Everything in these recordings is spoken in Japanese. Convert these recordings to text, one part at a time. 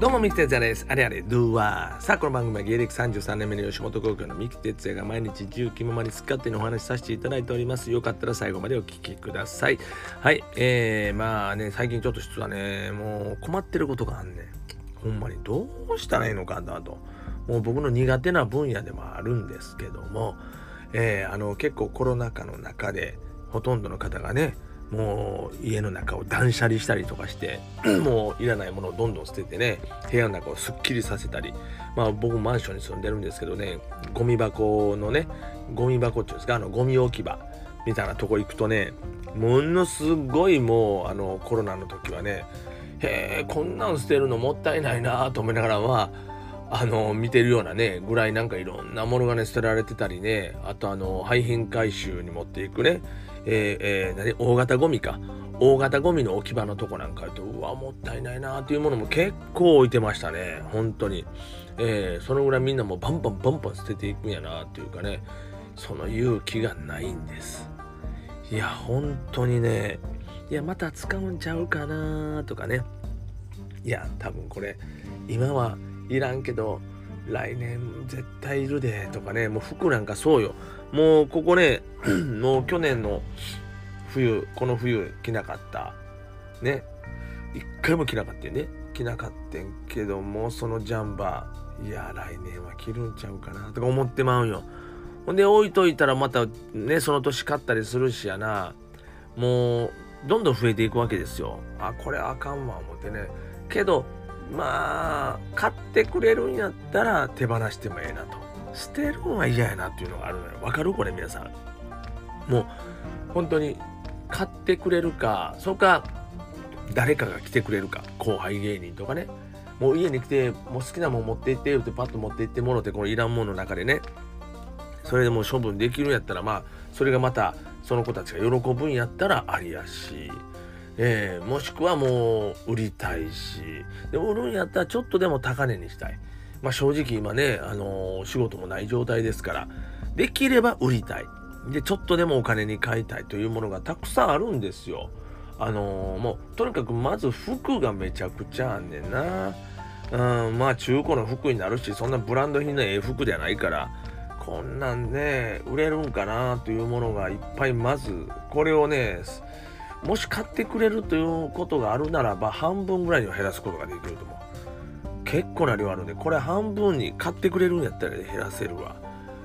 どうも三木哲也です。あれあれドゥワー。さあこの番組は芸歴33年目の吉本興業の三木哲也が毎日自由気ままに好き勝手にお話しさせていただいております。よかったら最後までお聞きください。はい、まあね、最近ちょっと実はね、もう困ってることがあんねん。ほんまにどうしたらいいのかなと。もう僕の苦手な分野でもあるんですけども、結構コロナ禍の中でほとんどの方がね、もう家の中を断捨離したりとかしてもういらないものをどんどん捨ててね、部屋の中をすっきりさせたり、僕マンションに住んでるんですけどね、ゴミ箱っていうんですか、ゴミ置き場みたいなとこ行くとね、ものすごいもうコロナの時はね、こんなん捨てるのもったいないなと思いながら見てるようなねぐらいなんかいろんなものがね捨てられてたりね、あと廃品回収に持っていくね、大型ゴミの置き場のとこなんかともったいないなっていうものも結構置いてましたね。本当に、そのぐらいみんなもバンバン捨てていくんやなっていうかね、その勇気がないんです。いや本当にね、いやまた使うんちゃうかなとかね、いや多分これ今はいらんけど来年絶対いるでとかね、もう服なんかそうよ。もうここねもう去年のこの冬着なかったね、一回も着なかったよね、着なかったんけども、そのジャンバーいや来年は着るんちゃうかなとか思ってまうんよ。ほんで置いといたらまたねその年買ったりするしやな、もうどんどん増えていくわけですよ。これあかんわ思ってね。けど買ってくれるんやったら手放してもええなと、捨てるのは嫌やなっていうのがあるのよ。わかるこれ皆さん。もう本当に買ってくれるか、それか誰かが来てくれるか、後輩芸人とかね、もう家に来てもう好きなもん持って行ってよってパッと持って行ってもろて、このいらんものの中でね、それでもう処分できるんやったらそれがまたその子たちが喜ぶんやったらありやし、もしくはもう売りたいし、で売るんやったらちょっとでも高値にしたい。正直今ね仕事もない状態ですから、できれば売りたいでちょっとでもお金に買いたいというものがたくさんあるんですよ。もうとにかくまず服がめちゃくちゃあんねんな。中古の服になるし、そんなブランド品の服ではないから、こんなんね売れるんかなというものがいっぱい、まずこれをね、もし買ってくれるということがあるならば半分ぐらいには減らすことができると思う。結構な量あるんで、これ半分に買ってくれるんやったら減らせるわ。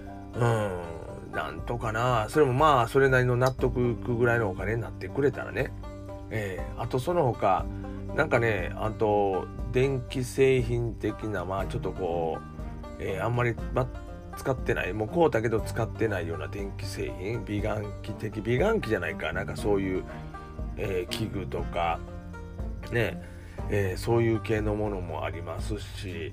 なんとかな。それもそれなりの納得いくぐらいのお金になってくれたらね。あとその他なんかね、あと電気製品的なちょっとこう、あんまり使ってない、もう買うたけど使ってないような電気製品、美顔器じゃないかなんかそういう、器具とかね、そういう系のものもありますし、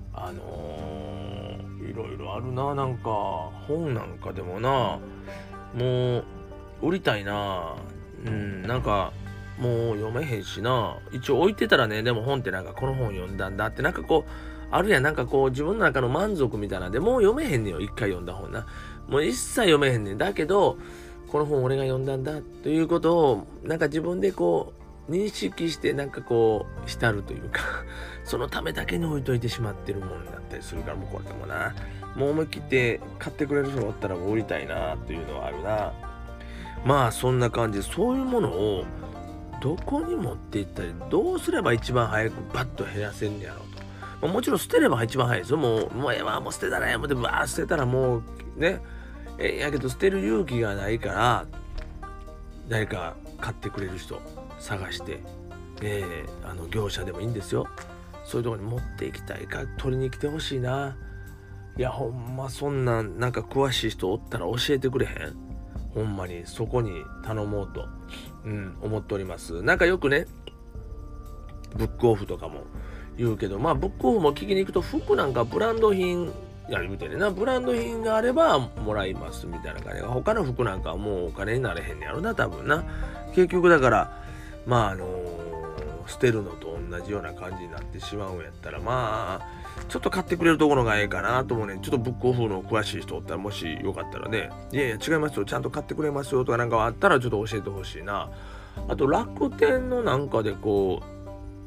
いろいろあるな。なんか本なんかでもな、もう売りたいな。なんかもう読めへんしな。一応置いてたらね、でも本ってなんかこの本読んだんだってなんかこうあるやん、なんかこう自分の中の満足みたいなんで、もう読めへんねんよ。一回読んだ本な、もう一切読めへんねん。だけどこの本俺が読んだんだということをなんか自分でこう認識して、なんかこう浸るというかそのためだけに置いといてしまってるものになったりするから、もうこれでもな、もう思い切って買ってくれる人がおったらもう売りたいなっていうのはあるな。そんな感じで、そういうものをどこに持っていったり、どうすれば一番早くバッと減らせるんやろうと。もちろん捨てれば一番早いですよ。もうええわ、もう捨てたらやめて捨てたらもうね、やけど捨てる勇気がないから、誰か買ってくれる人探して、業者でもいいんですよ。そういうところに持っていきたいから取りに来てほしいな。いやほんまそんなんか詳しい人おったら教えてくれへん？ほんまにそこに頼もうと、思っております。なんかよくねブックオフとかも言うけど、ブックオフも聞きに行くと、服なんかブランド品やるみたいな、ブランド品があればもらいますみたいな感じが、他の服なんかはもうお金になれへんねやろな多分な。結局だから捨てるのと同じような感じになってしまうんやったら、ちょっと買ってくれるところがええかなと思うね。ちょっとブックオフの詳しい人おったら、もしよかったらね、いや違いますよ、ちゃんと買ってくれますよとかなんかあったらちょっと教えてほしいな。あと楽天のなんかでこ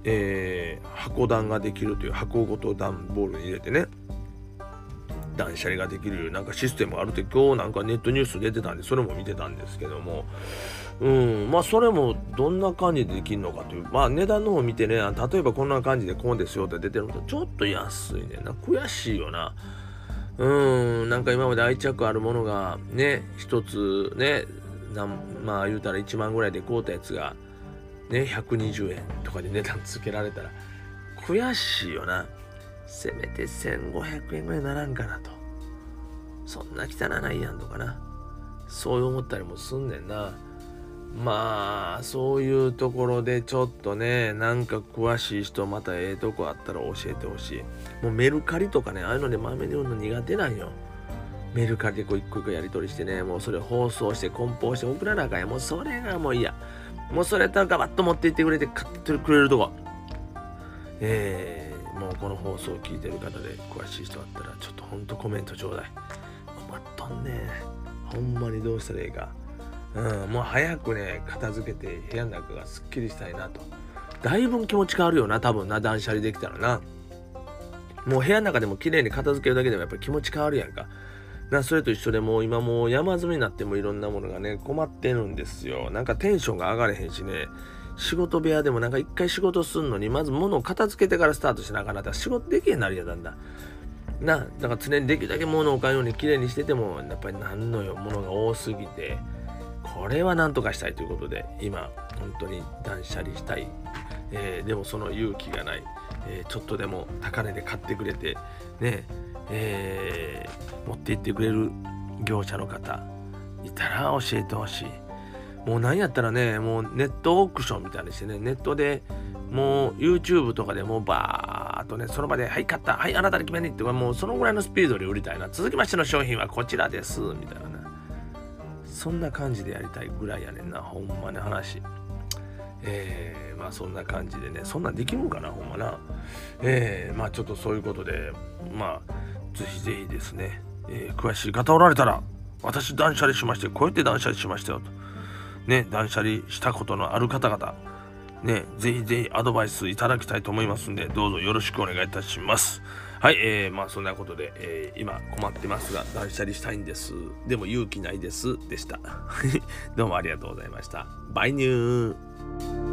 箱段ができるという、箱ごと段ボールに入れてね断捨離ができるなんかシステムがあるって今日なんかネットニュース出てたんでそれも見てたんですけども、まあそれもどんな感じでできるのかという、まあ値段の方見てね、例えばこんな感じでこうですよって出てるのとちょっと安いねんな。悔しいよな。なんか今まで愛着あるものがね一つねまあ言うたら1万ぐらいで買うたやつがね120円とかで値段つけられたら悔しいよな。せめて1500円ぐらいならんかなと。そんな汚ないやんとかな、そう思ったりもすんねんな。まあそういうところでちょっとねなんか詳しい人またとこあったら教えてほしい。もうメルカリとかねああいうので豆に売るの苦手なんよ。メルカリでこう一個一個やり取りしてね、もうそれ放送して梱包して送らなあかんや。もうそれがもう嫌。もうそれやったらガバッと持って行ってくれて買ってくれるとこ、もうこの放送を聞いてる方で詳しい人あったらちょっとほんとコメントちょうだい。困っとんね。ほんまにどうしたらいいか。もう早くね片付けて部屋の中がすっきりしたいなと。だいぶ気持ち変わるよな多分な、断捨離できたらな。もう部屋の中でも綺麗に片付けるだけでもやっぱり気持ち変わるやんかな。それと一緒でもう今もう山積みになってもいろんなものがね困ってるんですよ。なんかテンションが上がれへんしね、仕事部屋でもなんか一回仕事するのにまず物を片付けてからスタートしなあかんなったら仕事できへんなるやんだんだな。だから常にできるだけ物を買うように綺麗にしててもやっぱりなんのよ物が多すぎて、これはなんとかしたいということで今本当に断捨離したい、でもその勇気がない、ちょっとでも高値で買ってくれてね、持って行ってくれる業者の方いたら教えてほしい。もう何やったらねもうネットオークションみたいにしてね、ネットでもう YouTube とかでもうバーっとねその場ではい買った、はいあなたに決めにってもうそのぐらいのスピードで売りたいな。続きましての商品はこちらですみたいなね、そんな感じでやりたいぐらいやねんなほんまに話。まあそんな感じでね、そんなんできるんかなほんまな。まあちょっとそういうことでまあぜひぜひですね、詳しい方おられたら私断捨離しましてこうやって断捨離しましたよとね、断捨離したことのある方々ね、ぜひぜひアドバイスいただきたいと思いますんでどうぞよろしくお願いいたします。はい、まあそんなことで、今困ってますが断捨離したいんです、でも勇気ないですでしたどうもありがとうございました。バイニュー。